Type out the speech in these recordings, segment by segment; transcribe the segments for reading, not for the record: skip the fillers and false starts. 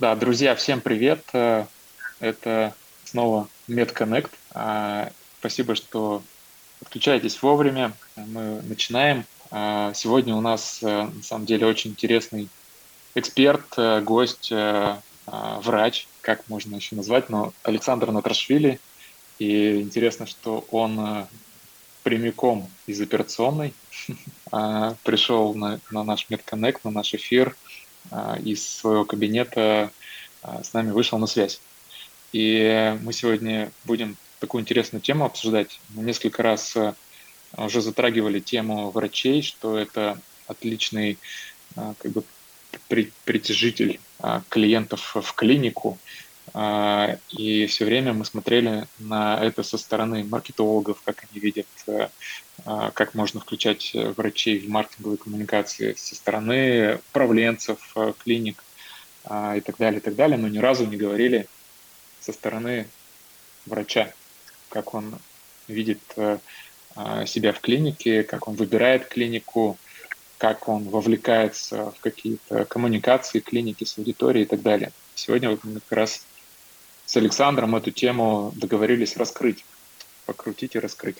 Да, друзья, всем привет. Это снова MedConnect. Спасибо, что подключаетесь вовремя. Мы начинаем. Сегодня у нас, на самом деле, очень интересный эксперт, гость, врач, как можно еще назвать, но Александр Натрашвили. И интересно, что он прямиком из операционной пришел на наш MedConnect, на наш эфир, из своего кабинета с нами вышел на связь. И мы сегодня будем такую интересную тему обсуждать. Мы несколько раз уже затрагивали тему врачей, что это отличный как бы притяжитель клиентов в клинику. И все время мы смотрели на это со стороны маркетологов, как они видят, как можно включать врачей в маркетинговые коммуникации, со стороны управленцев клиник и так далее, и так далее. Но ни разу не говорили со стороны врача, как он видит себя в клинике, как он выбирает клинику, как он вовлекается в какие-то коммуникации клиники с аудиторией и так далее. Сегодня вот мы как раз с Александром эту тему договорились раскрыть, покрутить и раскрыть.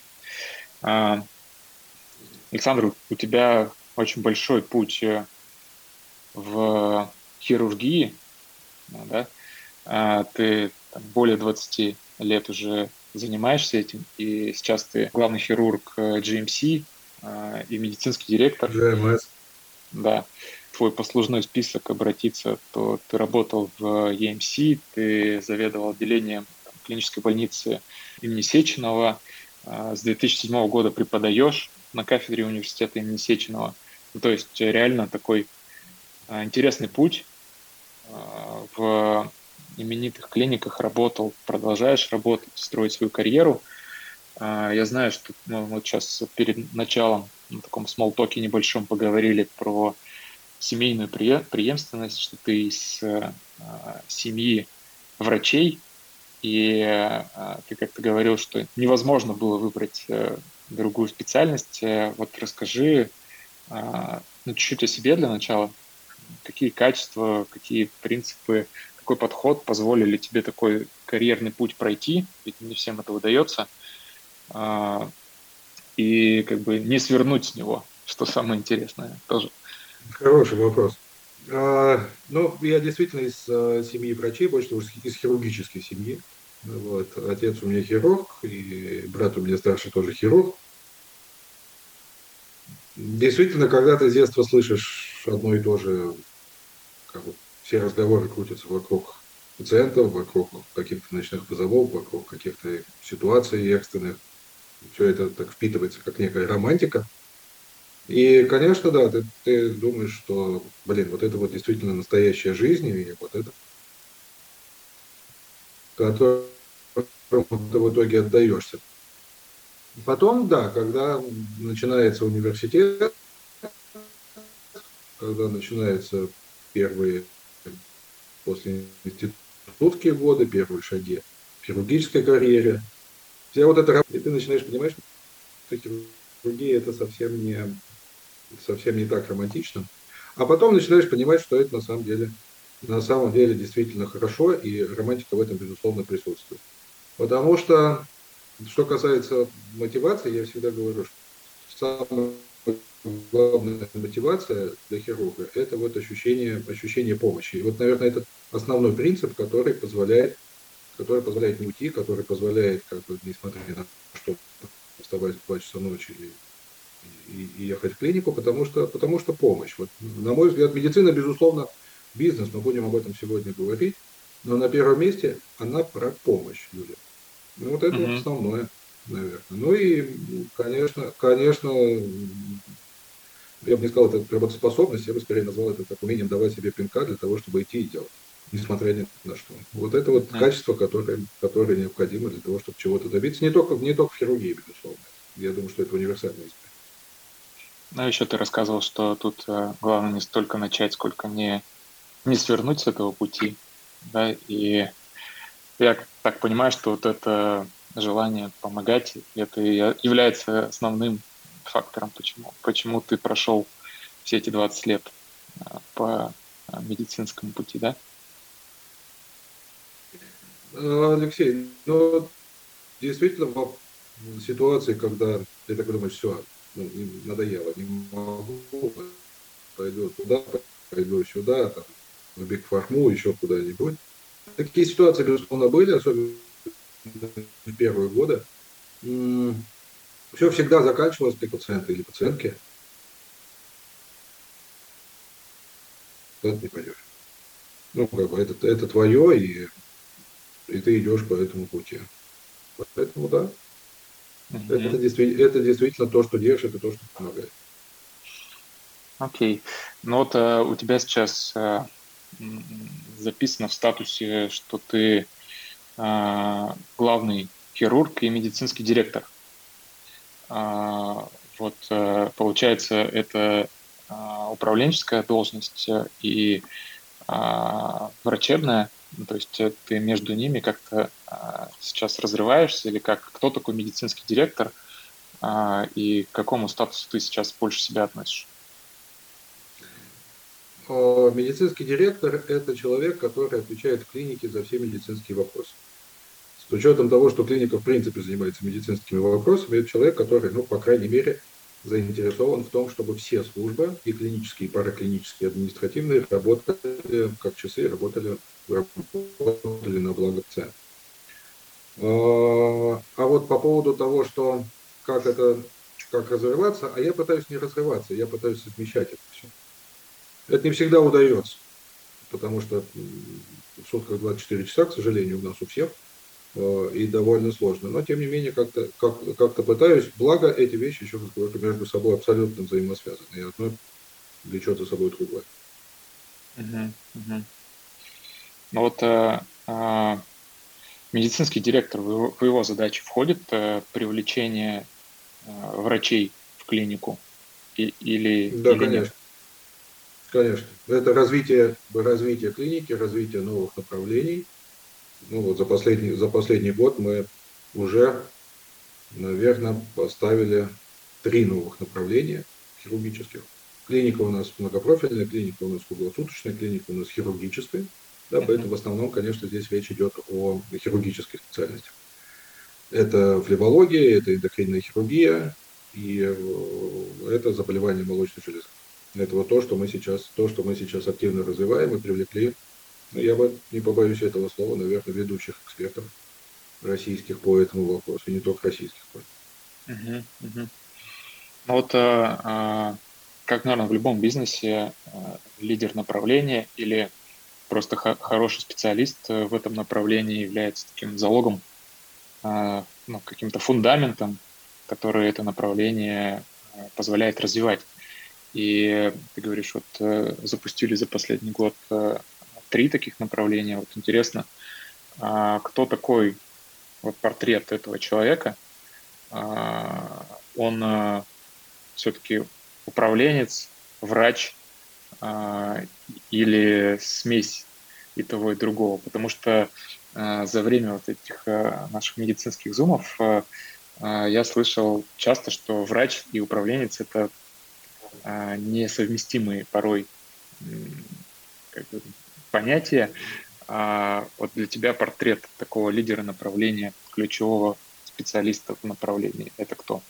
Александр, у тебя очень большой путь в хирургии, да? Ты более 20 лет уже занимаешься этим, и сейчас ты главный хирург GMC и медицинский директор. ЖМС. Да. Твой послужной список обратиться, то ты работал в EMC, ты заведовал отделением клинической больницы имени Сеченова, с 2007 года преподаешь на кафедре университета имени Сеченова. Ну, то есть реально такой интересный путь. В именитых клиниках работал, продолжаешь работать, строить свою карьеру. Я знаю, что мы вот сейчас перед началом на таком смолтоке небольшом поговорили про семейную преемственность, что ты из семьи врачей, и ты как-то говорил, что невозможно было выбрать другую специальность. Вот расскажи чуть-чуть о себе для начала. Какие качества, какие принципы, какой подход позволили тебе такой карьерный путь пройти, ведь не всем это удается, и как бы не свернуть с него, что самое интересное тоже. Хороший вопрос. Ну, я действительно из семьи врачей, больше того, из хирургической семьи. Вот. Отец у меня хирург, и брат у меня старший тоже хирург. Действительно, когда ты с детства слышишь одно и то же, как бы все разговоры крутятся вокруг пациентов, вокруг каких-то ночных вызовов, вокруг каких-то ситуаций экстренных, все это так впитывается, как некая романтика. И, конечно, да, ты думаешь, что, блин, вот это вот действительно настоящая жизнь, и вот это, которому ты в итоге отдаешься. Потом, да, когда начинается университет, когда начинаются первые после институтские годы, первые шаги в хирургической карьере, вся вот эта работа, и ты начинаешь понимать, что хирургия это совсем не так романтично. А потом начинаешь понимать, что это на самом деле действительно хорошо, и романтика в этом, безусловно, присутствует. Потому что касается мотивации, я всегда говорю, что самая главная мотивация для хирурга – это вот ощущение помощи. И вот, наверное, это основной принцип, который позволяет не уйти, который позволяет, как бы, несмотря на что, вставать в 2 часа ночи и ехать в клинику, потому что помощь. Вот, на мой взгляд, медицина, безусловно, бизнес, мы будем об этом сегодня говорить, но на первом месте она про помощь людям. Ну, вот это вот Мгм. основное, наверное. Ну и, конечно, я бы не сказал, это работоспособность, я бы скорее назвал это так, умением давать себе пинка для того, чтобы идти и делать, несмотря ни на что. Вот это вот Мгм. качество, которое необходимо для того, чтобы чего-то добиться, не только в хирургии, безусловно. Я думаю, что это универсальная история. Ну, еще ты рассказывал, что тут главное не столько начать, сколько не свернуть с этого пути, да, и я так понимаю, что вот это желание помогать, это и является основным фактором, почему ты прошел все эти 20 лет по медицинскому пути, да? Алексей, ну, действительно, в ситуации, когда ты так думаешь, все, ну, надоело, не могу, пойду туда, пойду сюда, там, в Биг Фарму, еще куда-нибудь. Такие ситуации, безусловно, были, особенно в первые годы. Все всегда заканчивалось при пациенте или пациентке, куда ты не пойдешь. Ну, как бы это твое, и ты идешь по этому пути. Поэтому, да, Мгм. это действительно то, что держит, и то, что помогает. Окей. Ну вот у тебя сейчас м, записано в статусе, что ты главный хирург и медицинский директор. Вот получается, это управленческая должность и врачебная, ну, то есть ты между ними как-то сейчас разрываешься или как? Кто такой медицинский директор и к какому статусу ты сейчас больше себя относишь? Медицинский директор – это человек, который отвечает в клинике за все медицинские вопросы. С учетом того, что клиника в принципе занимается медицинскими вопросами, это человек, который, ну, по крайней мере, заинтересован в том, чтобы все службы, и клинические, и параклинические, и административные, работали как часы, работали на благо пациента. А вот по поводу того, что как это, как развиваться, а я пытаюсь не развиваться, я пытаюсь совмещать это все. Это не всегда удается, потому что в сутках 24 часа, к сожалению, у нас у всех, и довольно сложно. Но, тем не менее, как-то пытаюсь, благо эти вещи, еще раз говорю, между собой абсолютно взаимосвязаны, и одно влечет за собой другое. Мгм, мгм. Ну вот медицинский директор, в его задачи входит привлечение врачей в клинику Да, или нет? конечно, конечно. Это развитие клиники, развитие новых направлений. Ну вот за последний год мы уже, наверное, поставили 3 новых направления хирургических. Клиника у нас многопрофильная, клиника у нас круглосуточная, клиника у нас хирургическая. Да, Мгм, поэтому в основном, конечно, здесь речь идет о хирургической специальности. Это флебология, это эндокринная хирургия и это заболевание молочной железы. Это вот то, что мы сейчас активно развиваем и привлекли, ну, я бы не побоюсь этого слова, наверное, ведущих экспертов российских по этому вопросу, и не только российских. мгм, мгм. Ну вот как, наверное, в любом бизнесе лидер направления или просто хороший специалист в этом направлении является таким залогом, ну, каким-то фундаментом, который это направление позволяет развивать. И ты говоришь, вот запустили за последний год 3 таких направления. Вот интересно, кто такой вот портрет этого человека? Он все-таки управленец, врач или смесь и того, и другого? Потому что за время вот этих наших медицинских зумов я слышал часто, что врач и управленец – это несовместимые порой как бы понятия. Вот для тебя портрет такого лидера направления, ключевого специалиста в направлении – это кто?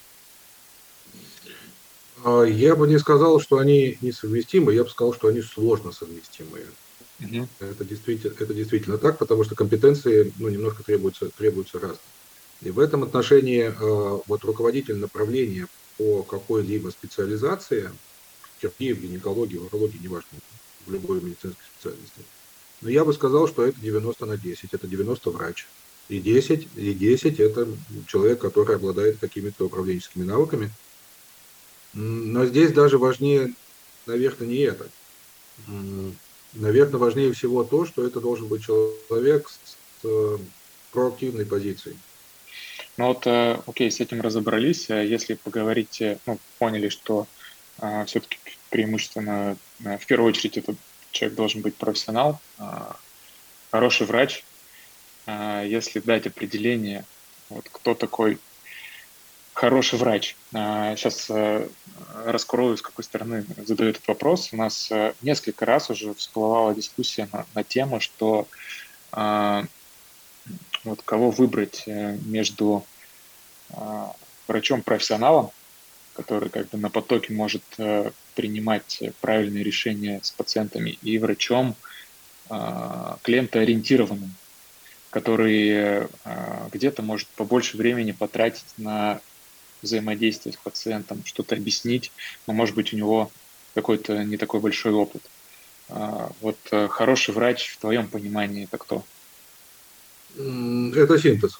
Я бы не сказал, что они несовместимы, я бы сказал, что они сложно совместимые. Мгм. Это действительно так, потому что компетенции, ну, немножко требуются разные. И в этом отношении вот руководитель направления по какой-либо специализации, в хирургии, в гинекологии, в урологии, неважно, в любой медицинской специальности. Но я бы сказал, что это 90/10, это 90 врач. И 10 это человек, который обладает какими-то управленческими навыками. Но здесь даже важнее, наверное, не это. Наверное, важнее всего то, что это должен быть человек с проактивной позицией. Ну вот, окей, с этим разобрались. Если поговорить, ну, поняли, что все-таки преимущественно, в первую очередь, этот человек должен быть профессионал, хороший врач. Если дать определение, вот кто такой хороший врач. Сейчас раскрою, с какой стороны задаю этот вопрос. У нас несколько раз уже всплывала дискуссия на тему, что вот кого выбрать между врачом-профессионалом, который как бы на потоке может принимать правильные решения с пациентами, и врачом клиентоориентированным, который где-то может побольше времени потратить на взаимодействие с пациентом, что-то объяснить, но, может быть, у него какой-то не такой большой опыт. Вот хороший врач в твоем понимании это кто? Это синтез.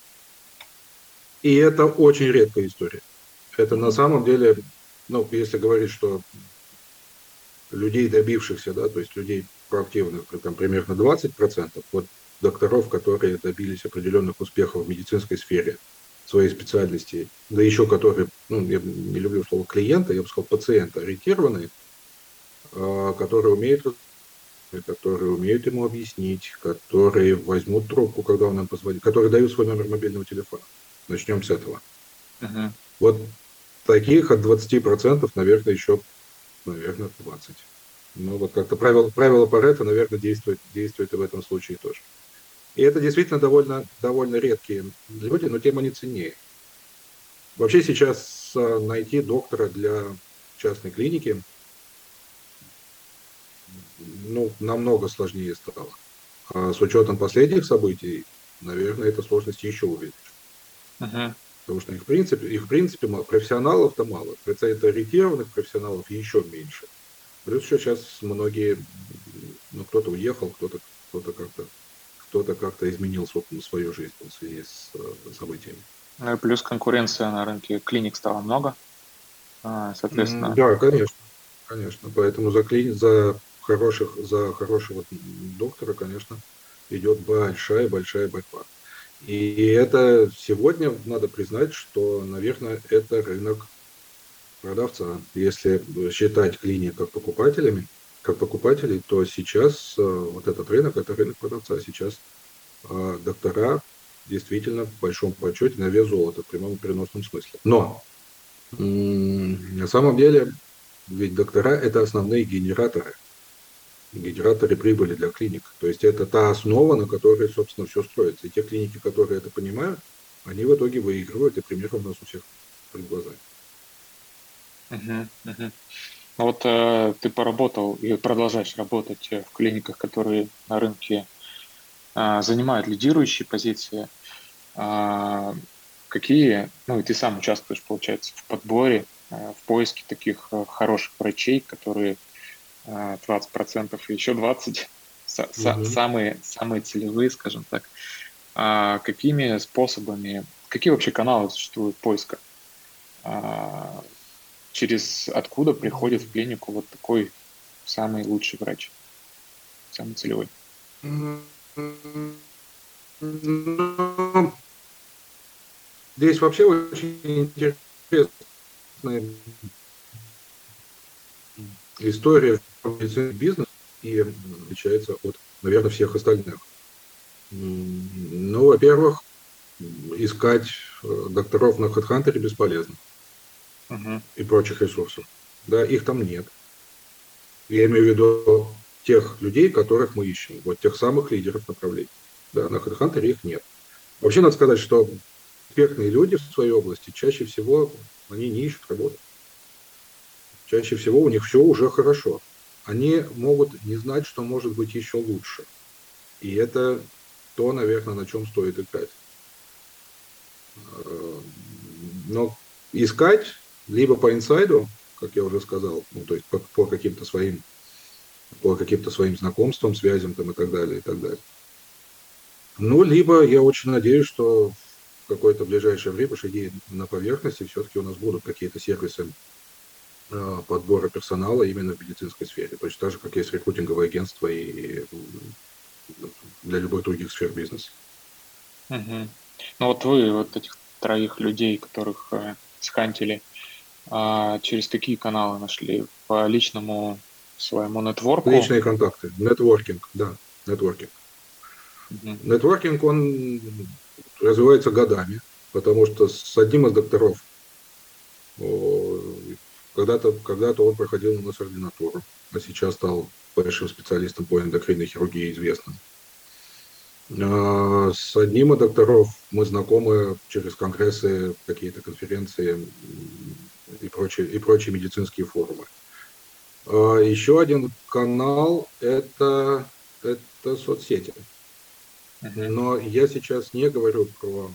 И это очень редкая история. Это на самом деле, ну, если говорить, что людей добившихся, да, то есть людей проактивных, там примерно 20%, вот докторов, которые добились определенных успехов в медицинской сфере, своей специальности, да еще которые, ну, я не люблю слово клиента, я бы сказал пациента ориентированные, которые умеют, которые умеют ему объяснить, которые возьмут трубку, когда он нам позвонит, которые дают свой номер мобильного телефона. Начнем с этого. Uh-huh. Вот таких от 20%, наверное, еще, наверное, 20. Ну, вот как-то правило Паретта, наверное, действует и в этом случае тоже. И это действительно довольно редкие люди, но тем они ценнее. Вообще сейчас найти доктора для частной клиники, ну, намного сложнее стало. А с учетом последних событий, наверное, эта сложность еще увеличится. Uh-huh. Потому что их в принципе мало. Профессионалов-то мало. Ориентированных профессионалов еще меньше. Плюс еще сейчас многие, ну, кто-то уехал, кто-то как-то изменил свою жизнь в связи с событиями. Ну и плюс конкуренция на рынке клиник стало много, соответственно. Да, конечно, конечно. Поэтому за хорошего доктора, конечно, идет большая борьба. И это сегодня надо признать, что, наверное, это рынок продавца. Если считать клиник как покупателей, то сейчас вот этот рынок, это рынок продавца. Сейчас доктора действительно в большом почете на вес золота в прямом и переносном смысле. Но на самом деле ведь доктора это основные генераторы прибыли для клиник. То есть это та основа, на которой, собственно, все строится. И те клиники, которые это понимают, они в итоге выигрывают, и примеры у нас у всех перед глазами. Uh-huh. Uh-huh. Ну вот ты поработал и продолжаешь работать в клиниках, которые на рынке занимают лидирующие позиции. Какие, ну и ты сам участвуешь, получается, в подборе, в поиске таких хороших врачей, которые 20% и еще 20% самые целевые, скажем так. Какими способами, какие вообще каналы существуют поиска? Через откуда приходит в клинику вот такой самый лучший врач, самый целевой? Здесь вообще очень интересная история медицинский бизнес и отличается от, наверное, всех остальных. Ну, во-первых, искать докторов на HeadHunter бесполезно. И прочих ресурсов. Да, их там нет. Я имею в виду тех людей, которых мы ищем, вот тех самых лидеров направлений. Да, на HeadHunter их нет. Вообще надо сказать, что экспертные люди в своей области чаще всего они не ищут работу. Чаще всего у них все уже хорошо. Они могут не знать, что может быть еще лучше. И это то, наверное, на чем стоит играть. Но искать либо по инсайду, как я уже сказал, ну, то есть по каким-то своим знакомствам, связям там, и так далее, и так далее. Ну, либо я очень надеюсь, что в какое-то ближайшее время, шаги на поверхности, все-таки у нас будут какие-то сервисы подбора персонала именно в медицинской сфере. Точно так же, как есть рекрутинговые агентства и для любых других сфер бизнеса. Ну вот вы, вот этих троих людей, которых схантили, через какие каналы нашли? По личному своему нетворку? Личные контакты, нетворкинг, да, нетворкинг. Нетворкинг, он развивается годами, потому что с одним из докторов когда-то он проходил у нас ординатуру, а сейчас стал большим специалистом по эндокринной хирургии известным. С одним из докторов мы знакомы через конгрессы, какие-то конференции и прочие медицинские форумы. Еще один канал – это соцсети. Мгм. Но я сейчас не говорю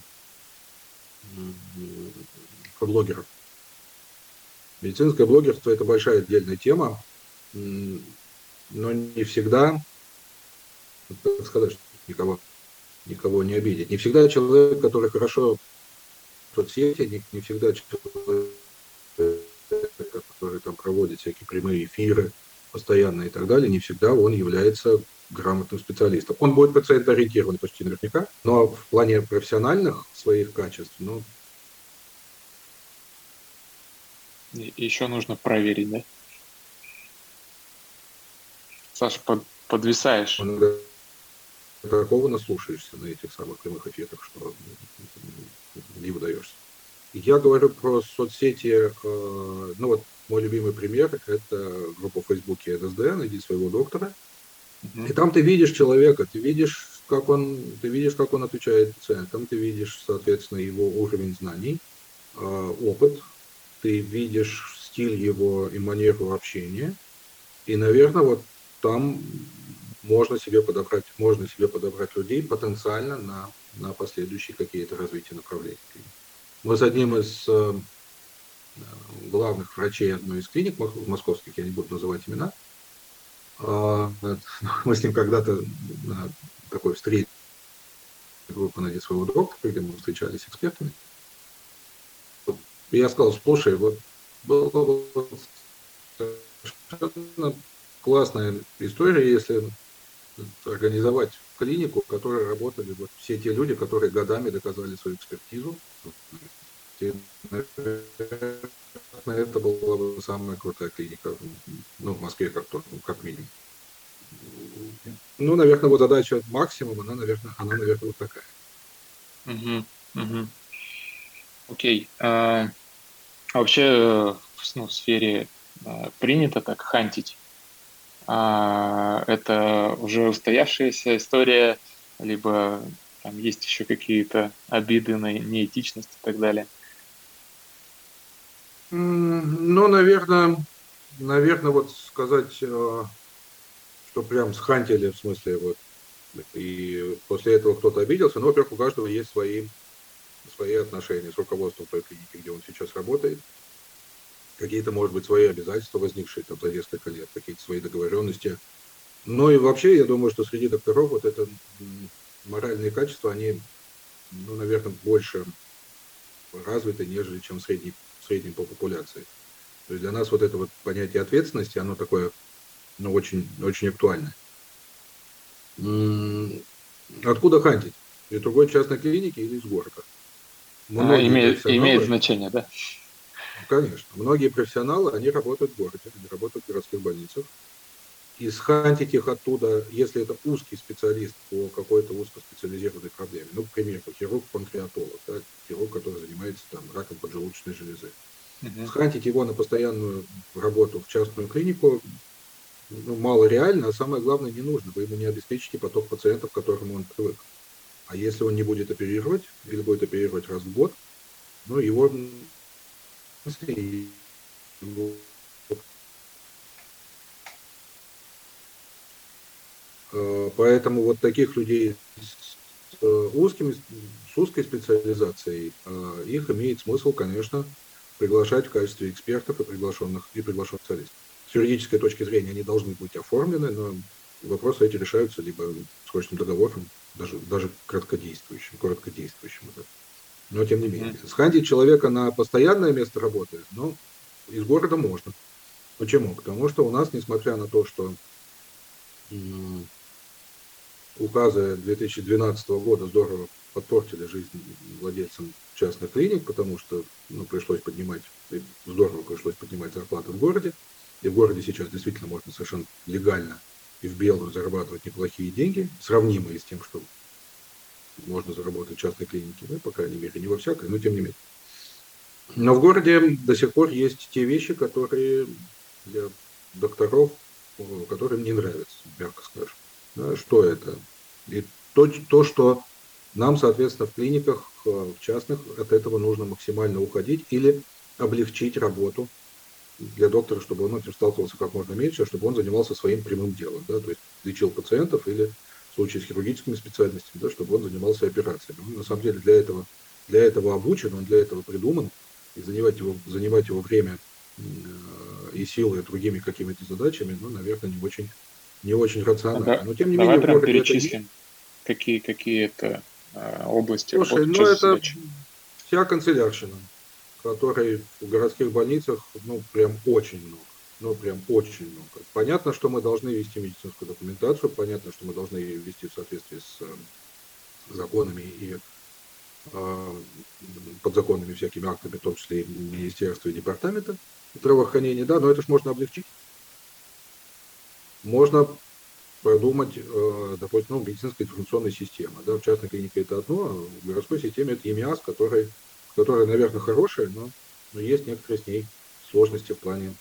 про блогеров. Медицинское блогерство – это большая отдельная тема, но не всегда, так сказать, что никого не обидеть. Не всегда человек, который хорошо в соцсети, не всегда человек, который там проводит всякие прямые эфиры постоянно и так далее, не всегда он является грамотным специалистом. Он будет пациентоориентирован почти наверняка, но в плане профессиональных своих качеств, ну, Еще нужно проверить, да? Саша, подвисаешь. иногда такого наслушаешься на этих самых прямых эфирах, что не выдаешься. Я говорю про соцсети, ну вот мой любимый пример – это группа в Фейсбуке НСД, найди своего доктора. И Мгм. там ты видишь человека, ты видишь, как он отвечает пациентам, ты видишь, соответственно, его уровень знаний, опыт, ты видишь стиль его и манеру общения. И, наверное, вот там можно себе подобрать людей потенциально на последующие какие-то развития направлений. Мы с одним Мгм. из главных врачей одной из клиник московских, я не буду называть имена, мы с ним когда-то на такой встрече группы «Найди своего доктора», где мы встречались с экспертами. И я сказал, слушай, вот была бы совершенно классная история, если организовать клинику, в которой работали вот все те люди, которые годами доказали свою экспертизу. И, наверное, это была бы самая крутая клиника, ну, в Москве как минимум. Ну, наверное, вот задача максимум, она наверное, вот такая. Мгм. Мгм. Окей. А вообще, ну, в сфере принято так хантить? Это уже устоявшаяся история, либо там есть еще какие-то обиды на неэтичность и так далее? Ну, наверное, вот сказать, что прям схантили, в смысле, вот, и после этого кто-то обиделся, ну, во-первых, у каждого есть свои отношения с руководством той клиники, где он сейчас работает, какие-то, может быть, свои обязательства, возникшие там за несколько лет, какие-то свои договоренности. Ну и вообще, я думаю, что среди докторов вот это моральные качества, они, ну, наверное, больше развиты, нежели чем в среднем по популяции. То есть для нас вот это вот понятие ответственности, оно такое, ну, очень, очень актуальное. Откуда хантить? Из другой частной клиники или из города? Многие Имеет профессионалы, значение, да? конечно, многие профессионалы, они работают в городе, они работают в городских больницах. И схантить их оттуда, если это узкий специалист по какой-то узкоспециализированной проблеме, ну, к примеру, хирург-панкреатолог, да, хирург, который занимается там раком поджелудочной железы, Мгм. схантить его на постоянную работу в частную клинику, ну, мало реально, а самое главное, не нужно. Вы ему не обеспечите поток пациентов, к которому он привык. А если он не будет оперировать, или будет оперировать раз в год, ну, его поэтому вот таких людей с узкой специализацией, их имеет смысл, конечно, приглашать в качестве экспертов и приглашенных специалистов. С юридической точки зрения они должны быть оформлены, но вопросы эти решаются либо срочным договором, даже короткодействующим. Но тем не Мгм. менее. Схантить человека на постоянное место работы, ну, из города можно. Почему? Потому что у нас, несмотря на то, что указы 2012 года здорово подпортили жизнь владельцам частных клиник, потому что, ну, здорово пришлось поднимать зарплаты в городе. И в городе сейчас действительно можно совершенно легально и в белую зарабатывать неплохие деньги, сравнимые с тем, что можно заработать в частной клинике, ну, по крайней мере, не во всякой, но тем не менее. Но в городе до сих пор есть те вещи, которые для докторов, которые мне нравятся, мягко скажем. Да, что это? И то, что нам, соответственно, в клиниках, в частных, от этого нужно максимально уходить или облегчить работу для доктора, чтобы он этим сталкивался как можно меньше, чтобы он занимался своим прямым делом, да, то есть лечил пациентов или в случае с хирургическими специальностями, да, чтобы он занимался операциями. Он, на самом деле, для этого обучен, он для этого придуман, и занимать его время и силы другими какими-то задачами, ну, наверное, не очень рационально. Но, тем не Давай менее, в прям городе это есть. перечислим, какие это области Слушай, работы, что ну, за это задачи. вся канцелярщина, которой в городских больницах, ну, прям очень много. Ну, прям очень много. Понятно, что мы должны вести медицинскую документацию, понятно, что мы должны ее вести в соответствии с законами и э, подзаконными всякими актами, в том числе и министерства и департамента здравоохранения, да, но это же можно облегчить. Можно продумать, допустим, ну, медицинская информационная система. Да, в частной клинике это одно, а в городской системе это ЕМИАС, которая, наверное, хорошая, но есть некоторые с ней сложности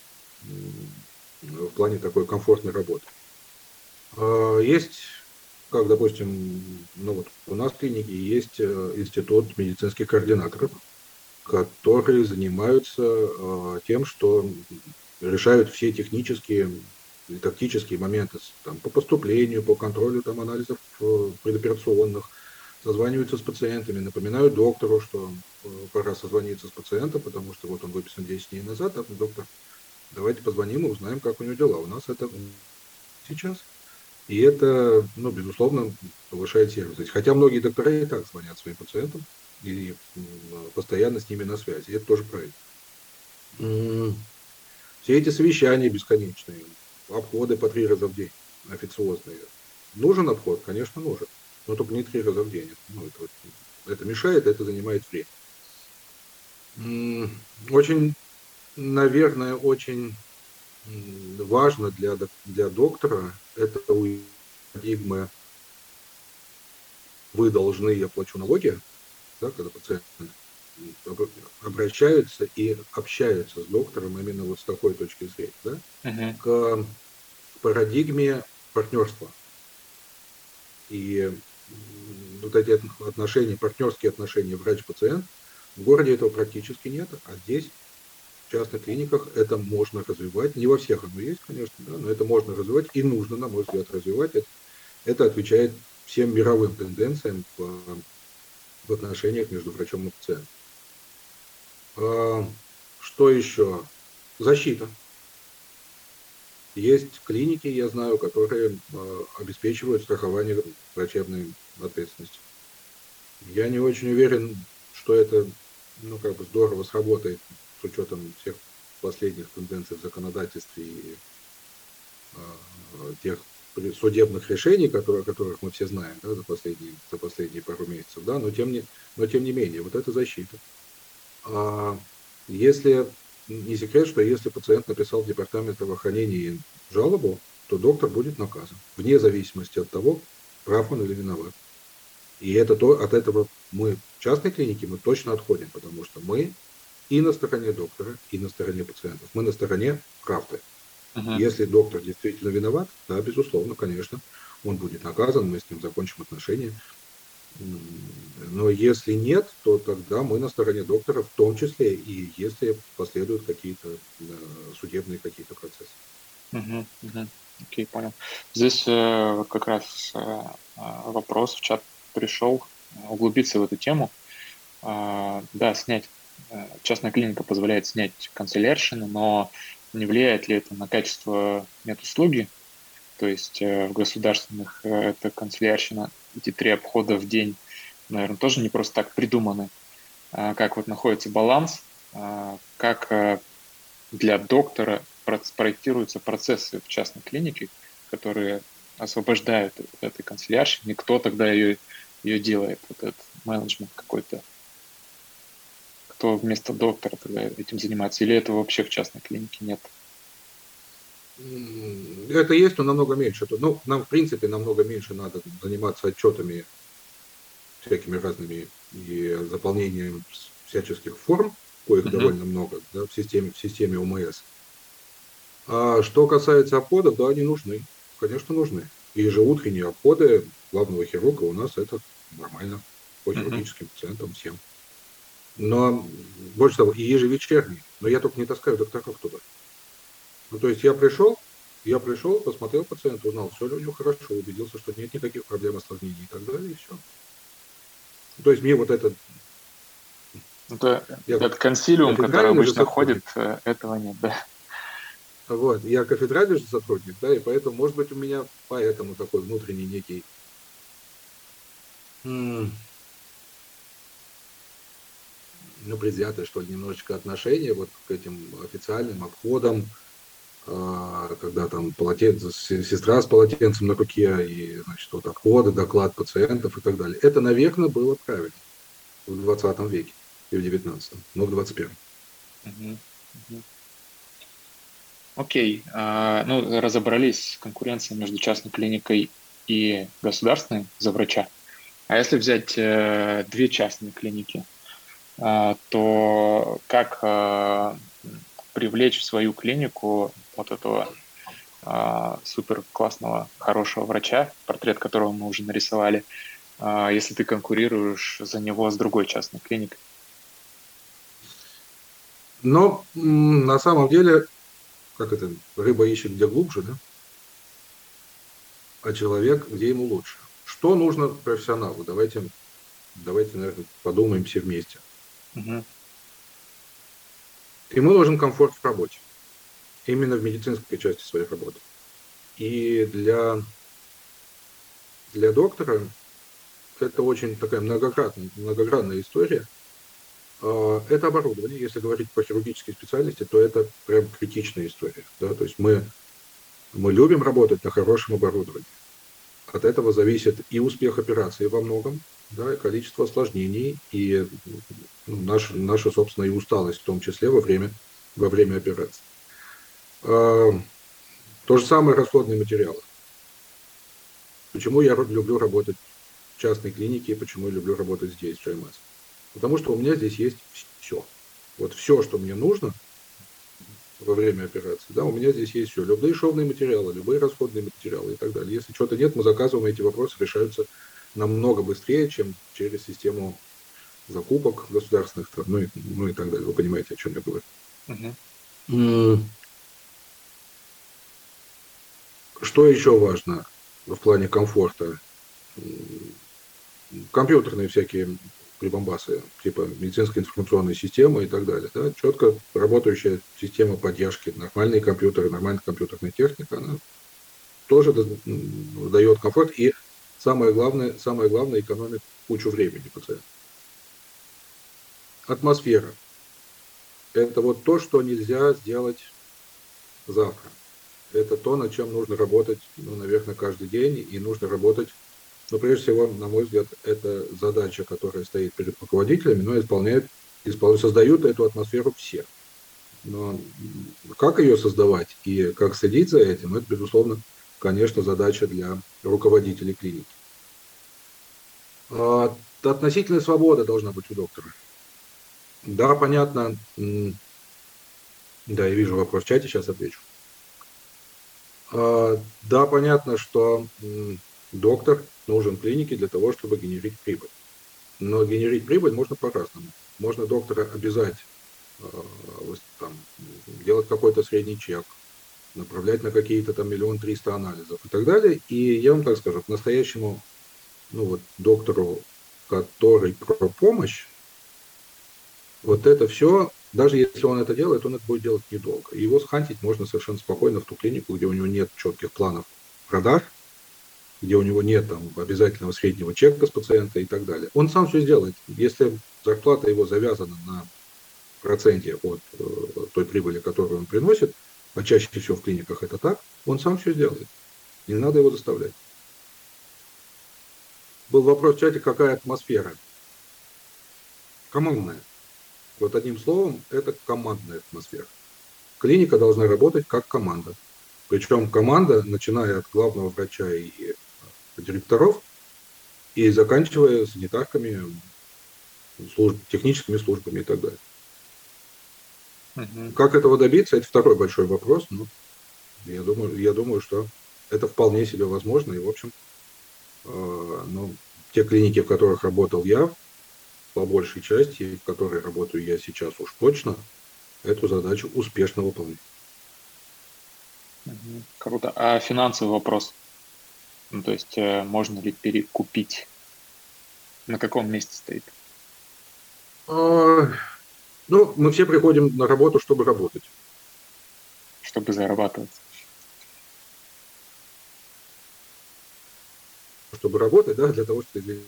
в плане такой комфортной работы. Есть, как, допустим, ну вот у нас в клинике есть институт медицинских координаторов, которые занимаются тем, что решают все технические и тактические моменты там, по поступлению, по контролю там, анализов предоперационных, созваниваются с пациентами, напоминают доктору, что пора созвониться с пациентом, потому что вот он выписан 10 дней назад, а доктор, давайте позвоним и узнаем, как у него дела. У нас это сейчас. И это, ну, безусловно, повышает сервис. Хотя многие доктора и так звонят своим пациентам и постоянно с ними на связи. Это тоже правильно. Все эти совещания бесконечные, обходы по 3 раза в день, официозные. Нужен обход? Конечно, нужен. Но только не 3 раза в день. Ну, это мешает, это занимает время. Очень, наверное, очень важно для доктора это парадигма «вы должны, я плачу налоги», да, когда пациенты обращаются и общаются с доктором именно вот с такой точки зрения, да, Мгм. к парадигме партнерства. И вот эти отношения, партнерские отношения врач-пациент, в городе этого практически нет, а здесь, в частных клиниках, это можно развивать. Не во всех оно есть, конечно, да, но это можно развивать и нужно, на мой взгляд, развивать. Это отвечает всем мировым тенденциям в отношениях между врачом и пациентом. Что еще? Защита. Есть клиники, я знаю, которые обеспечивают страхование врачебной ответственности. Я не очень уверен, что это, ну, как бы здорово сработает с учетом всех последних тенденций в законодательстве и тех судебных решений, о которых мы все знаем, да, за последние пару месяцев, да, но тем не менее, вот это защита. Если не секрет, что если пациент написал в департамент здравоохранения жалобу, то доктор будет наказан, вне зависимости от того, прав он или виноват. И от этого мы в частной клинике мы точно отходим, потому что мы и на стороне доктора, и на стороне пациентов. Мы на стороне правды. Мгм. Если доктор действительно виноват, да, безусловно, конечно, он будет наказан, мы с ним закончим отношения. Но если нет, то тогда мы на стороне доктора, в том числе и если последуют какие-то судебные какие-то процессы. Мгм. Мгм. Окей, понял. Здесь вот как раз вопрос в чат пришел, углубиться в эту тему. Да, частная клиника позволяет снять канцелярщину, но не влияет ли это на качество медуслуги? То есть в государственных это канцелярщина, эти 3 обхода в день, наверное, тоже не просто так придуманы. Как вот находится баланс, как для доктора проектируются процессы в частной клинике, которые освобождают от этой канцелярщины, и кто тогда ее делает, вот этот менеджмент какой-то, кто вместо доктора тогда этим занимается, или этого вообще в частной клинике нет? Это есть, но намного меньше. Ну, нам, в принципе, намного меньше надо заниматься отчетами всякими разными и заполнением всяческих форм, коих Мгм. довольно много, да, в системе ОМС. А что касается обходов, да, они нужны. Конечно, нужны. ежеутренние обходы главного хирурга у нас это нормально по Мгм. хирургическим пациентам всем. Но, больше того, и ежевечерний. Но я только не таскаю докторов туда. Ну, то есть я пришел, посмотрел пациента, узнал, все ли у него хорошо, убедился, что нет никаких проблем, осложнений и так далее, и все. То есть мне вот это, Это, я этот консилиум, который кафедральный же обычно ходит, сотрудник, этого нет, да. вот, я кафедральный же сотрудник, да, и поэтому, может быть, у меня поэтому такой внутренний некий, м, ну, предвзятое, что ли, немножечко отношение вот к этим официальным обходам, когда там сестра с полотенцем на руке, и, значит, вот обходы, доклад пациентов и так далее. Это, наверное, было правильно в 20 веке и в 19, но в 21. Мгм. Мгм. Окей, ну, разобрались с конкуренцией между частной клиникой и государственной за врача. А если взять две частные клиники, то как привлечь в свою клинику вот этого супер классного, хорошего врача, портрет которого мы уже нарисовали, если ты конкурируешь за него с другой частной клиникой? Но на самом деле, как это, рыба ищет где глубже, да? А человек где ему лучше. Что нужно профессионалу? Давайте, наверное, подумаем все вместе. Мгм. Ему нужен комфорт в работе. Именно в медицинской части своей работы. И для доктора это очень такая многогранная история. Это оборудование. Если говорить по хирургической специальности, то это прям критичная история. Да? То есть мы любим работать на хорошем оборудовании. От этого зависит и успех операции во многом, да, и количество осложнений, и наша собственная и усталость, в том числе во время операции. То же самое расходные материалы. Почему я люблю работать в частной клинике и почему я люблю работать здесь, в ЖМС? Потому что у меня здесь есть все. Вот все, что мне нужно во время операции, да, у меня здесь есть все. Любые шовные материалы, любые расходные материалы и так далее. Если что-то нет, мы заказываем, эти вопросы решаются намного быстрее, чем через систему закупок государственных, ну и так далее. Вы понимаете, о чем я говорю. Мгм. Что еще важно в плане комфорта? Компьютерные всякие прибамбасы, типа медицинской информационной системы и так далее. Да? Четко работающая система поддержки, нормальные компьютеры, нормальная компьютерная техника, она тоже дает комфорт и самое главное экономит кучу времени пациента. Атмосфера. Это вот то, что нельзя сделать завтра. Это то, над чем нужно работать, ну, наверное, каждый день, и нужно работать. Но прежде всего, на мой взгляд, это задача, которая стоит перед руководителями, но создают эту атмосферу все. Но как ее создавать и как следить за этим, это, безусловно, конечно, задача для руководителей клиники. Относительная свобода должна быть у доктора. Да, понятно. Да, я вижу вопрос в чате, сейчас отвечу. Да, понятно, что доктор нужен клинике для того, чтобы генерить прибыль. Но генерить прибыль можно по-разному. Можно доктора обязать там, делать какой-то средний чек, направлять на какие-то там 1 300 000 анализов и так далее. И я вам так скажу, к настоящему доктору, который про помощь, вот это все, даже если он это делает, он это будет делать недолго. Его схантить можно совершенно спокойно в ту клинику, где у него нет четких планов продаж, где у него нет там обязательного среднего чека с пациента и так далее. Он сам все сделает. Если зарплата его завязана на проценте от той прибыли, которую он приносит, а чаще всего в клиниках это так, он сам все сделает. Не надо его заставлять. Был вопрос в чате, какая атмосфера. Командная. Вот одним словом, это командная атмосфера. Клиника должна работать как команда. Причем команда, начиная от главного врача и директоров, и заканчивая санитарками, техническими службами и так далее. Мгм. Как этого добиться, это второй большой вопрос. Но я думаю, что Это вполне себе возможно. И, в общем, ну, те клиники, в которых работал я, по большей части, и в которой работаю я сейчас уж точно, эту задачу успешно выполняют. Круто. А финансовый вопрос? Ну, то есть можно ли перекупить? На каком месте стоит? А, ну, мы все приходим на работу, чтобы работать. Чтобы зарабатывать? Чтобы работать, да, для того, чтобы...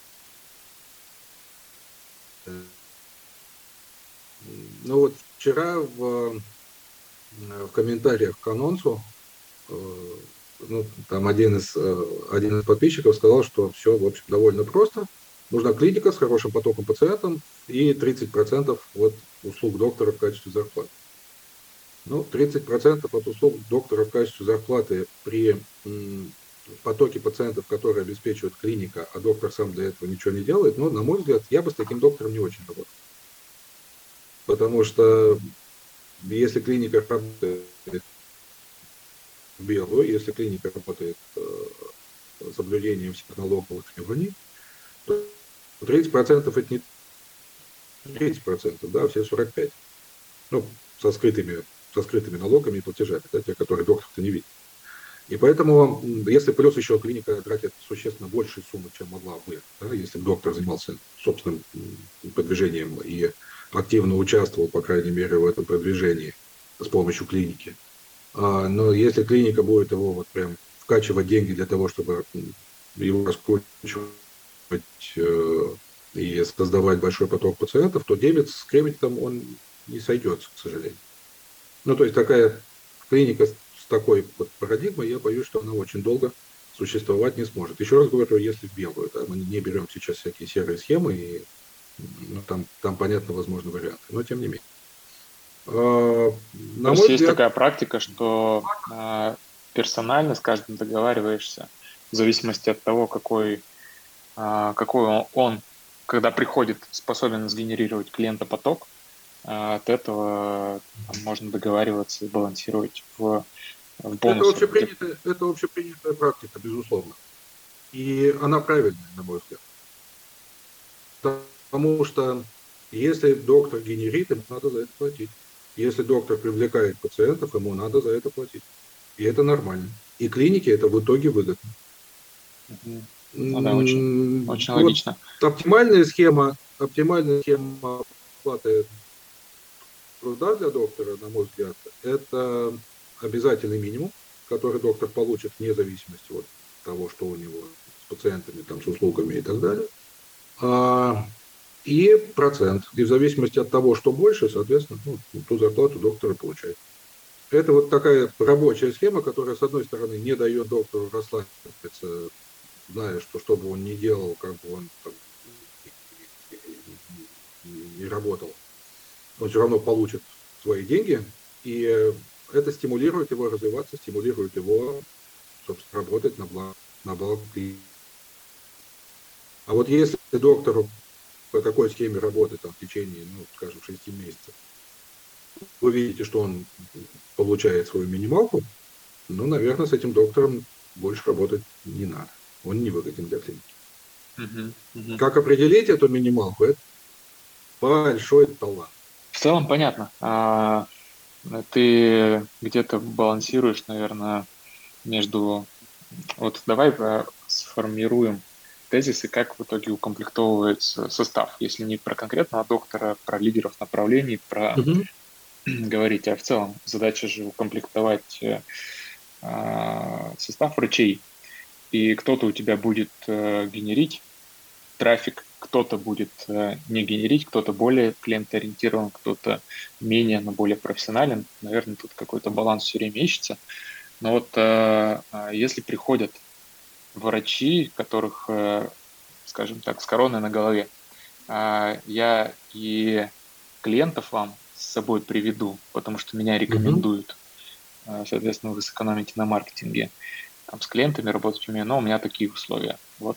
Ну вот вчера в комментариях к анонсу ну, там один из подписчиков сказал, что все, в общем, довольно просто. Нужна клиника с хорошим потоком пациентов и 30% от услуг доктора в качестве зарплаты. Ну, 30% от услуг доктора в качестве зарплаты при потоке пациентов, которые обеспечивает клиника, а доктор сам для этого ничего не делает, ну, на мой взгляд, я бы с таким доктором не очень работал. Потому что если клиника работает в белую, если клиника работает с соблюдением всех налоговых требований, то 30% это не 30%, да, все 45%. Ну, со скрытыми налогами и платежами, да, те, которые доктор-то не видит. И поэтому, если плюс еще клиника тратит существенно большие суммы, чем могла бы, да, если бы доктор занимался собственным продвижением и активно участвовал, по крайней мере, в этом продвижении с помощью клиники. Но если клиника будет его вот прям вкачивать деньги для того, чтобы его раскручивать и создавать большой поток пациентов, то дебет с кредитом он не сойдется, к сожалению. Ну, то есть такая клиника с такой вот парадигмой, я боюсь, что она очень долго существовать не сможет. Еще раз говорю, если в белую, да, мы не берем сейчас всякие серые схемы, и ну, там понятно, возможны варианты, но тем не менее. То На есть мой есть взгляд, такая практика, что персонально с каждым договариваешься в зависимости от того, какой он, когда приходит, способен сгенерировать клиентопоток, от этого там, можно договариваться и балансировать в бонусах. это общепринятая практика, безусловно. И она правильная, на мой взгляд. Потому что если доктор генерит, ему надо за это платить. Если доктор привлекает пациентов, ему надо за это платить. И это нормально. И клинике это в итоге выгодно. Ну да, очень, очень Вот логично. оптимальная схема оплаты труда для доктора, на мой взгляд, это обязательный минимум, который доктор получит вне зависимости от того, что у него с пациентами, там, с услугами и так далее. И процент. И в зависимости от того, что больше, соответственно, ну, ту зарплату доктора получает. Это вот такая рабочая схема, которая, с одной стороны, не дает доктору расслабиться, зная, что бы он ни делал, как бы он там не работал, он все равно получит свои деньги, и это стимулирует его развиваться, стимулирует его, собственно, работать на благо клиента. А вот если доктору по такой схеме работы там, в течение, ну, скажем, 6 месяцев, вы видите, что он получает свою минималку, ну, наверное, с этим доктором больше работать не надо. Он не выгоден для клиники. Как определить эту минималку? Это большой талант. В целом понятно. Ты где-то балансируешь, наверное, между... Вот давай сформируем тезисы, как в итоге укомплектовывается состав. Если не про конкретного доктора, про лидеров направлений, про говорить, а в целом задача же укомплектовать состав врачей. И кто-то у тебя будет генерить трафик, кто-то будет не генерить, кто-то более клиентоориентирован, кто-то менее, но более профессионален. Наверное, тут какой-то баланс все время ищется. Но вот если приходят врачи, которых, скажем так, с короной на голове, я и клиентов вам с собой приведу, потому что меня рекомендуют. Соответственно, вы сэкономите на маркетинге. Там, с клиентами работать умею, но у меня такие условия. Вот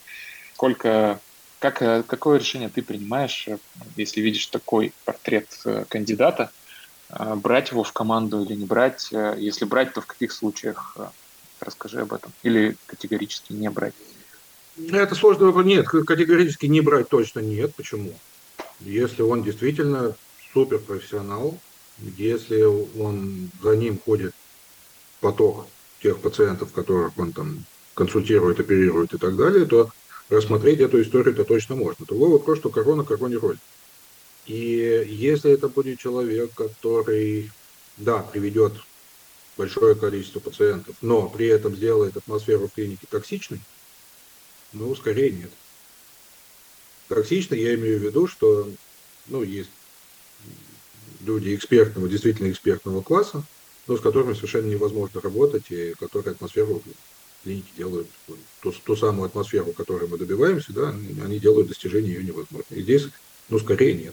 какое решение ты принимаешь, если видишь такой портрет кандидата, брать его в команду или не брать? Если брать, то в каких случаях Расскажи об этом. Или категорически не брать. Это сложный вопрос. Нет, категорически не брать точно нет. Почему? Если он действительно суперпрофессионал, если он за ним ходит поток тех пациентов, которых он там консультирует, оперирует и так далее, то рассмотреть эту историю-то точно можно. Другой вопрос, что корона короне роль. И если это будет человек, который, да, приведет большое количество пациентов, но при этом сделает атмосферу в клинике токсичной, ну, скорее нет. Токсичной я имею в виду, что, ну, есть люди экспертного, действительно экспертного класса, но с которыми совершенно невозможно работать, и которые атмосферу в клинике делают, ту самую атмосферу, которой мы добиваемся, да, они делают достижение ее невозможно. И здесь, ну, скорее нет.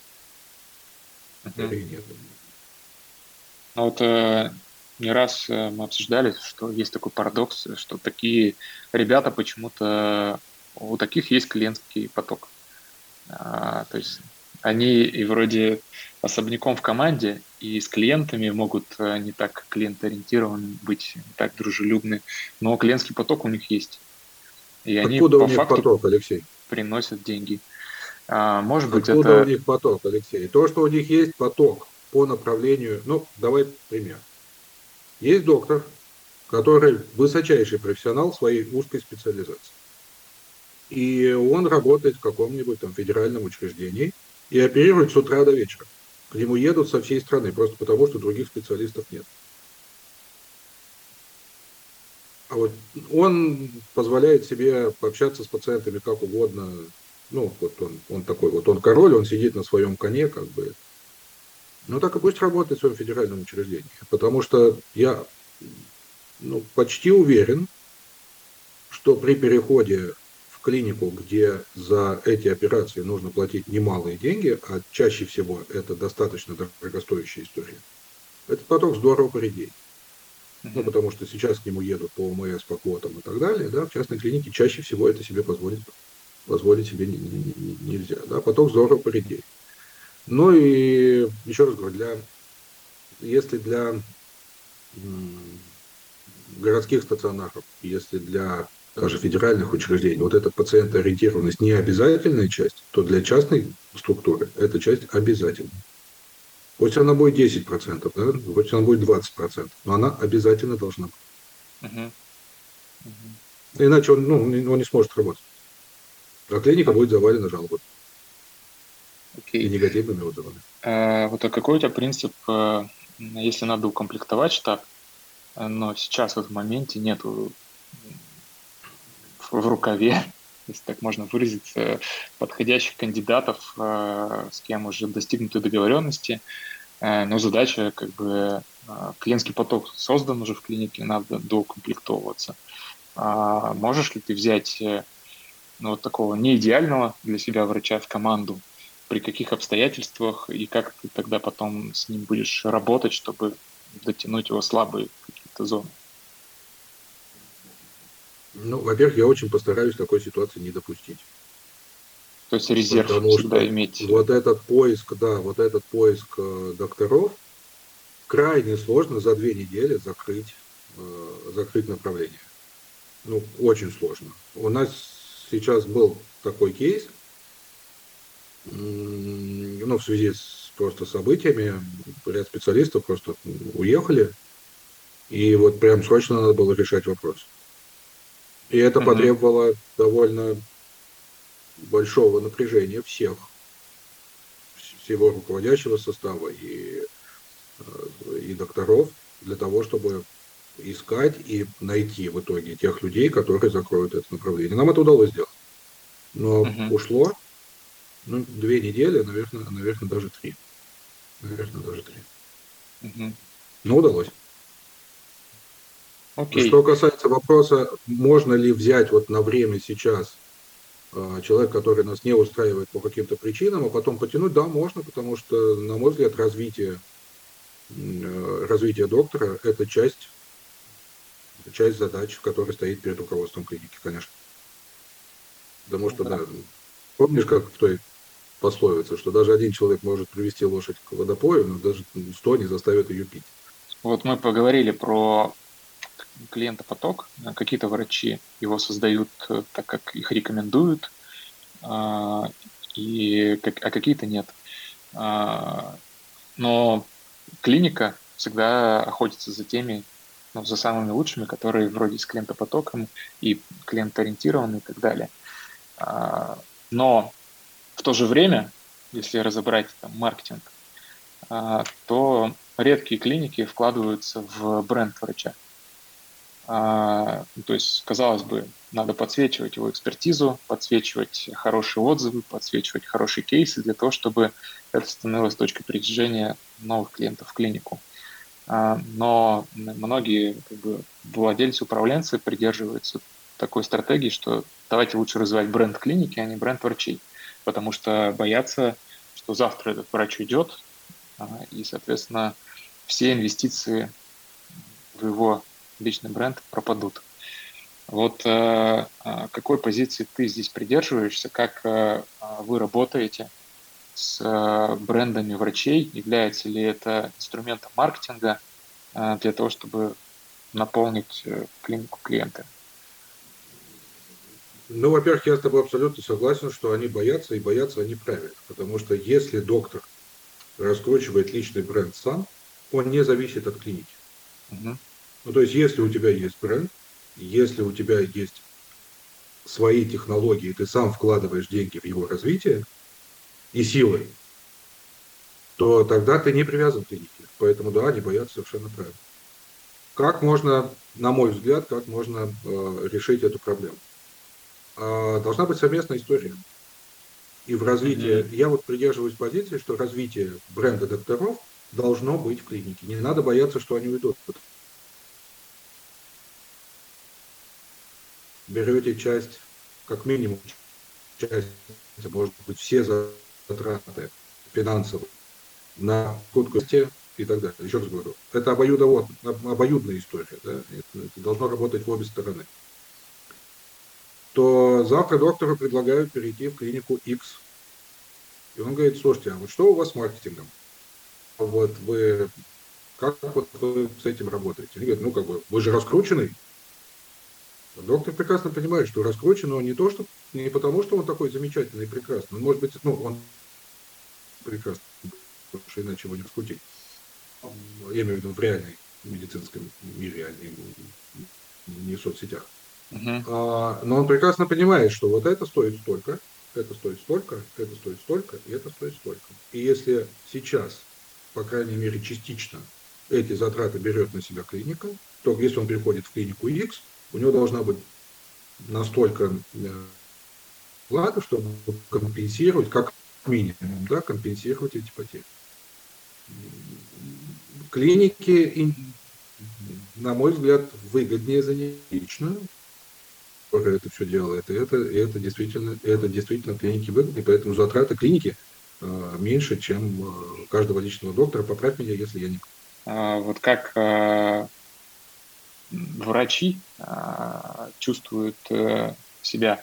Мгм. Скорее нет. Ну вот не раз мы обсуждали, что есть такой парадокс, что такие ребята почему-то, у таких есть клиентский поток. То есть они и вроде особняком в команде, и с клиентами могут не так клиентоориентированы быть, не так дружелюбны, но клиентский поток у них есть. И они Откуда у по них факту поток, Алексей? приносят деньги. Может быть, Откуда у это... них поток, Алексей? То, что у них есть поток по направлению, ну, давай пример. Есть доктор, который высочайший профессионал своей узкой специализации. И он работает в каком-нибудь там федеральном учреждении и оперирует с утра до вечера. К нему едут со всей страны, просто потому, что других специалистов нет. А вот он позволяет себе пообщаться с пациентами как угодно. Ну, вот он такой, вот он король, он сидит на своем коне, как бы. Ну, так и пусть работает в своем федеральном учреждении. Потому что я, ну, почти уверен, что при переходе в клинику, где за эти операции нужно платить немалые деньги, а чаще всего это достаточно дорогостоящая история, этот поток здорово поредеет. Ну, Мгм. потому что сейчас к нему едут по ОМС, по квотам и так далее, да, в частной клинике чаще всего это себе позволить себе нельзя, да, поток здорово поредеет. Ну и еще раз говорю, если для городских стационаров, если для даже федеральных учреждений вот эта пациентоориентированность не обязательная часть, то для частной структуры эта часть обязательна. Пусть она будет 10%, да, пусть она будет 20%, но она обязательно должна быть. Мгм. Мгм. Иначе он не сможет работать. А клиника Ок- будет завалена жалобами и Окей. негативными отзывами. Вот а какой у тебя принцип, если надо укомплектовать штат, но сейчас вот в моменте нету в рукаве, если так можно выразиться, подходящих кандидатов, с кем уже достигнуты договоренности, но задача как бы клиентский поток создан уже в клинике, надо доукомплектовываться. Можешь ли ты взять ну, вот такого неидеального для себя врача в команду, при каких обстоятельствах и как ты тогда потом с ним будешь работать, чтобы дотянуть его слабые какие-то зоны? Ну, во-первых, я очень постараюсь такой ситуации не допустить. То есть резерв Потому всегда что иметь. вот этот поиск, да, вот этот поиск докторов крайне сложно за 2 недели закрыть направление. Ну, очень сложно. У нас сейчас был такой кейс, ну, в связи с просто событиями, ряд специалистов просто уехали, и вот прям срочно надо было решать вопрос. И это Мгм. потребовало довольно большого напряжения всего руководящего состава и докторов для того, чтобы искать и найти в итоге тех людей, которые закроют это направление. Нам это удалось сделать. Но Мгм. ушло, ну, 2 недели, наверное, даже 3. Наверное, даже 3. Мгм. Но удалось. Что Окей. касается вопроса, можно ли взять вот на время сейчас человек, который нас не устраивает по каким-то причинам, а потом потянуть, да, можно, потому что, на мой взгляд, развитие доктора – это часть задач, которая стоит перед руководством клиники, конечно. Потому Ну что, да, да. помнишь, как в той пословице, что даже один человек может привести лошадь к водопою, но даже 100 не заставят ее пить. Вот мы поговорили про клиентопоток. Какие-то врачи его создают так, как их рекомендуют, а, а какие-то нет. Но клиника всегда охотится за теми, ну, за самыми лучшими, которые вроде с клиентопотоком и клиентоориентированы и так далее. Но в то же время, если разобрать там, маркетинг, то редкие клиники вкладываются в бренд врача. То есть, казалось бы, надо подсвечивать его экспертизу, подсвечивать хорошие отзывы, подсвечивать хорошие кейсы для того, чтобы это становилось точкой притяжения новых клиентов в клинику. Но многие владельцы, управленцы придерживаются такой стратегии, что давайте лучше развивать бренд клиники, а не бренд врачей, потому что боятся, что завтра этот врач уйдет, и, соответственно, все инвестиции в его личный бренд пропадут. Вот какой позиции ты здесь придерживаешься, как вы работаете с брендами врачей, является ли это инструментом маркетинга для того, чтобы наполнить клинику клиентами? Ну, во-первых, я с тобой абсолютно согласен, что они боятся, и боятся они правильно. Потому что если доктор раскручивает личный бренд сам, он не зависит от клиники. Угу. Ну, то есть, если у тебя есть бренд, если у тебя есть свои технологии, ты сам вкладываешь деньги в его развитие и силы, то тогда ты не привязан к клинике. Поэтому, да, они боятся совершенно правильно. Как можно, на мой взгляд, как можно решить эту проблему? Должна быть совместная история. И в развитии, Угу. я вот придерживаюсь позиции, что развитие бренда докторов должно быть в клинике. Не надо бояться, что они уйдут. Берете часть, как минимум, часть, может быть, все затраты финансовые на курсе и так далее. Еще раз говорю, это обоюдная история. Да? Это должно работать в обе стороны. То завтра доктору предлагают перейти в клинику X. И он говорит, слушайте, а вот что у вас с маркетингом? Вот вы, как вот вы с этим работаете? Они говорят, ну как бы, вы же раскрученный. Доктор прекрасно понимает, что раскручен он не потому, что он такой замечательный и прекрасный. Он может быть, ну, он прекрасный, потому что иначе его не раскрутить. Я имею в виду в реальной медицинском мире, а не в соцсетях. Угу. Но он прекрасно понимает, что вот это стоит столько, это стоит столько, это стоит столько, и это стоит столько. И если сейчас, по крайней мере, частично эти затраты берет на себя клиника, то если он приходит в клинику X, у него должна быть настолько плата, чтобы компенсировать, как минимум, да, компенсировать эти потери. Клиники, на мой взгляд, выгоднее занять личную, это все делает. И это действительно клиники выгодны, поэтому затраты клиники меньше, чем каждого личного доктора. Поправь меня, если я не... Вот как врачи чувствуют себя,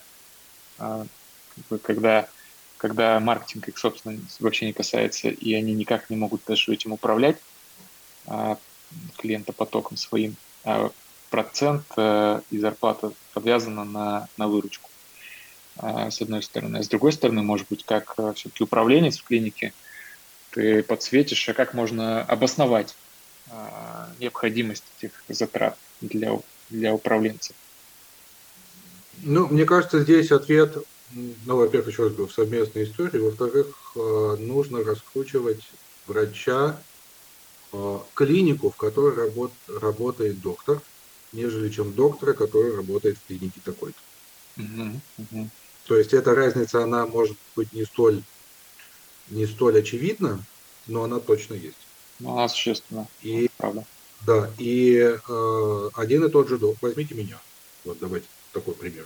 когда маркетинг их, собственно, вообще не касается, и они никак не могут даже этим управлять, клиентопотоком своим, процент и зарплата подвязана на выручку, с одной стороны. А с другой стороны, может быть, как все-таки управленец в клинике, ты подсветишь, а как можно обосновать необходимость этих затрат для управленца. Ну, мне кажется, здесь ответ, ну, во-первых, еще раз говорю, в совместной истории, во-вторых, нужно раскручивать врача, клинику, в которой работает доктор, нежели чем доктора, который работает в клинике такой-то. Угу, угу. То есть эта разница, она может быть не столь очевидна, но она точно есть. Ну, она существенна, И правда. да, один и тот же доктор. Возьмите меня. Вот давайте такой пример.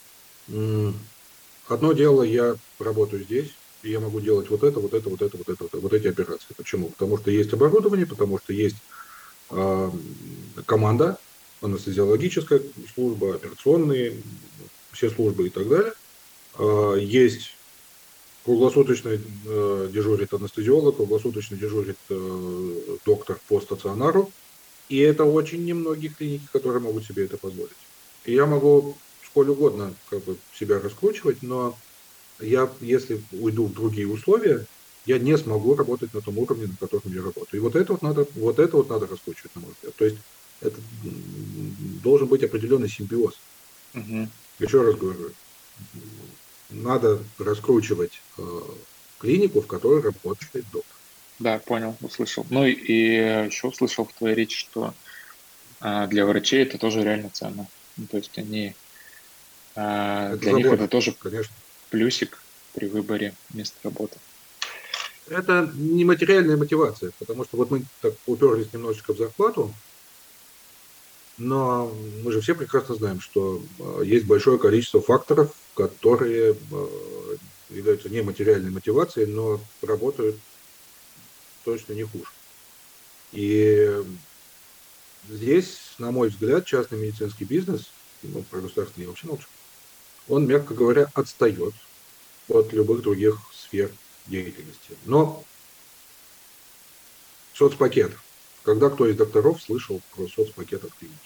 Одно дело, я работаю здесь, и я могу делать вот это, вот это, вот это, вот это, вот эти операции. Почему? Потому что есть оборудование, потому что есть команда, анестезиологическая служба, операционные, все службы и так далее. Есть круглосуточно дежурит анестезиолог, круглосуточно дежурит доктор по стационару. И это очень немногие клиники, которые могут себе это позволить. И я могу сколь угодно как бы себя раскручивать, но я, если уйду в другие условия, я не смогу работать на том уровне, на котором я работаю. И вот это вот надо раскручивать, на мой взгляд. То есть это должен быть определенный симбиоз. Мгм. Еще раз говорю, надо раскручивать клинику, в которой работает доктор. Да, понял, услышал. Ну и еще услышал в твоей речи, что для врачей это тоже реально ценно. Ну, то есть Это для них это свобода, тоже конечно. плюсик при выборе места работы. Это не материальная мотивация, потому что вот мы так уперлись немножечко в зарплату, но мы же все прекрасно знаем, что есть большое количество факторов, которые являются не материальной мотивацией, но работают точно не хуже. И здесь, на мой взгляд, частный медицинский бизнес, ну, про государственный я вообще молчу, он, мягко говоря, отстает от любых других сфер деятельности. Но соцпакет. Когда кто из докторов слышал про соцпакет от клиники?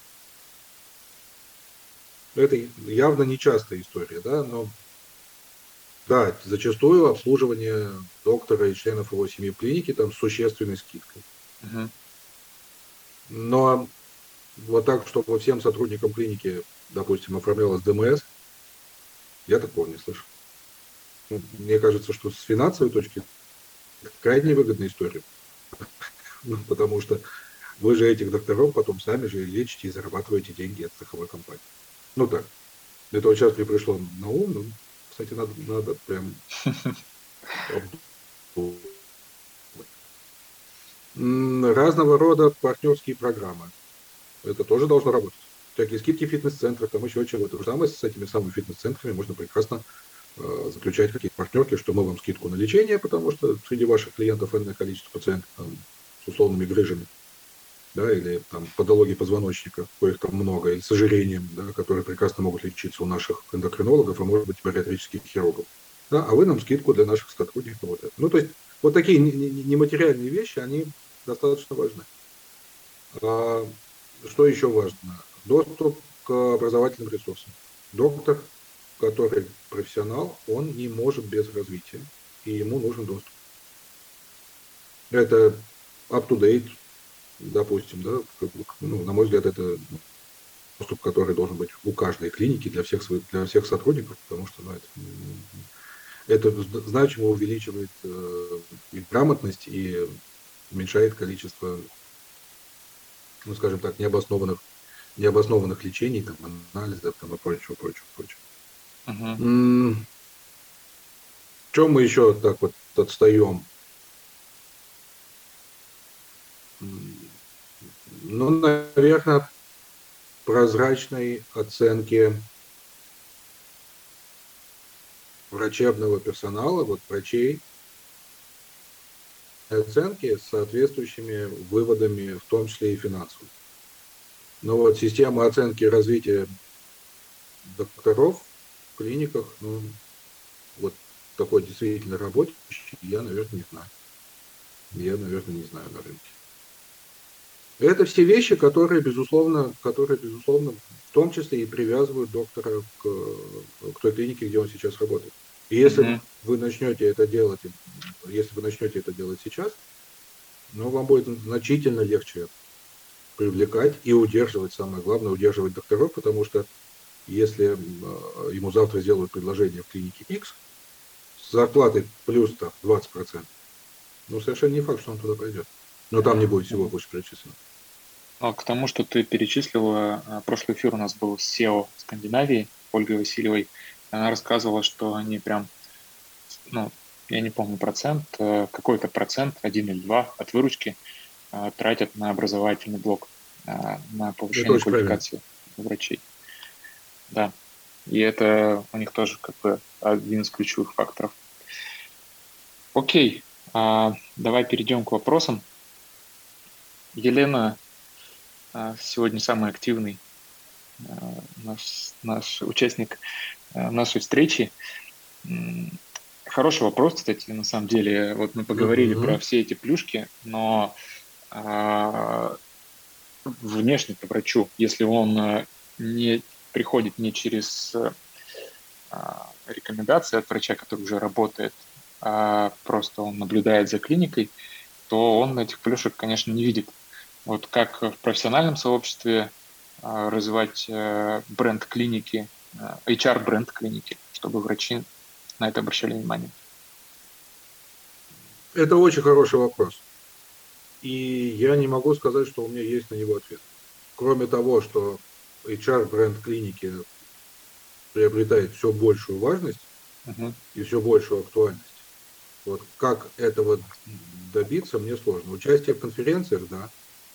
Это явно не частая история, да, но да, зачастую обслуживание доктора и членов его семьи в клинике там с существенной скидкой. Мгм. Но вот так, чтобы всем сотрудникам клиники, допустим, оформлялось ДМС, я такого не слышал. Мне кажется, что с финансовой точки это крайне выгодная история. Ну, потому что вы же этих докторов потом сами же лечите и зарабатываете деньги от страховой компании. Ну так, это вот сейчас мне пришло на ум, ну, кстати, надо прям обдумать. Разного рода партнерские программы. Это тоже должно работать. Всякие скидки в фитнес-центрах, там еще чего-то. Потому что мы с этими самыми фитнес-центрами можно прекрасно заключать какие-то партнерки, что мы вам скидку на лечение, потому что среди ваших клиентов энное количество пациентов там, с условными грыжами, да, или там патологии позвоночника, коих там много, или с ожирением, да, которые прекрасно могут лечиться у наших эндокринологов, а может быть бариатрических хирургов. Да, а вы нам скидку для наших сотрудников. Вот это. Ну, то есть вот такие нематериальные вещи, они достаточно важны. А что еще важно? Доступ к образовательным ресурсам. Доктор, который профессионал, он не может без развития, и ему нужен доступ. Это up-to-date, допустим, да, ну, на мой взгляд, это доступ, который должен быть у каждой клиники для всех сотрудников, потому что ну, это значимо увеличивает и грамотность, и уменьшает количество, ну, скажем так, необоснованных лечений, там, анализов там, и прочего, прочего, прочего. Мгм. В чем мы еще так вот отстаем? Ну, наверное, прозрачной оценки врачебного персонала, вот врачей, оценки с соответствующими выводами, в том числе и финансовыми. Но вот система оценки развития докторов в клиниках, ну, вот такой действительно работающий, я, наверное, не знаю. Я, наверное, не знаю на рынке. Это все вещи, которые безусловно, в том числе и привязывают доктора к той клинике, где он сейчас работает. И если Мгм. вы начнете это делать, сейчас, ну, вам будет значительно легче привлекать и удерживать, самое главное, удерживать докторов, потому что если ему завтра сделают предложение в клинике X с зарплатой плюс там, 20%, ну, совершенно не факт, что он туда пойдет. Но там не будет всего Мгм. вышеперечислено. А к тому, что ты перечислила, прошлый эфир у нас был с SEO Скандинавии, Ольгой Васильевой. Она рассказывала, что они прям, ну, я не помню процент, какой-то процент, 1 или 2 от выручки тратят на образовательный блок, на Это повышение очень правильно. квалификации врачей. Да. И это у них тоже как бы один из ключевых факторов. Окей, давай перейдем к вопросам. Елена сегодня самый активный наш участник нашей встречи. Хороший вопрос, кстати, на самом деле. Вот мы поговорили про Мгм. все эти плюшки, но внешне к врачу, если он не приходит не через рекомендации от врача, который уже работает, а просто он наблюдает за клиникой, то он этих плюшек, конечно, не видит. Вот как в профессиональном сообществе развивать бренд клиники, HR-бренд клиники, чтобы врачи на это обращали внимание. Это очень хороший вопрос. И я не могу сказать, что у меня есть на него ответ. Кроме того, что HR-бренд клиники приобретает все большую важность Мгм. и все большую актуальность. Вот как этого добиться, мне сложно. Участие в конференциях, да.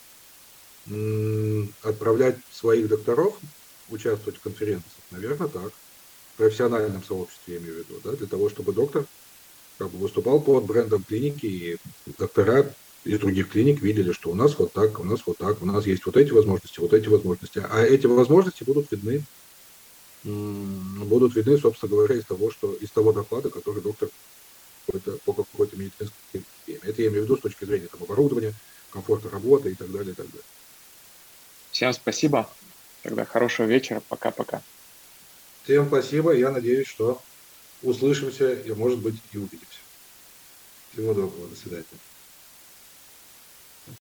Отправлять своих докторов участвовать в конференциях, наверное, так. В профессиональном сообществе, я имею в виду, да, для того, чтобы доктор как бы выступал под брендом клиники, и доктора из других клиник видели, что у нас вот так, у нас вот так, у нас есть вот эти возможности, вот эти возможности. А эти возможности будут видны, собственно говоря, из того доклада, который доктор по какой-то медицинской теме. Это я имею в виду с точки зрения там, оборудования, комфорта работы и так далее, и так далее. Всем спасибо. Тогда хорошего вечера. Пока-пока. Всем спасибо. Я надеюсь, что услышимся и, может быть, и увидимся. Всего доброго. До свидания.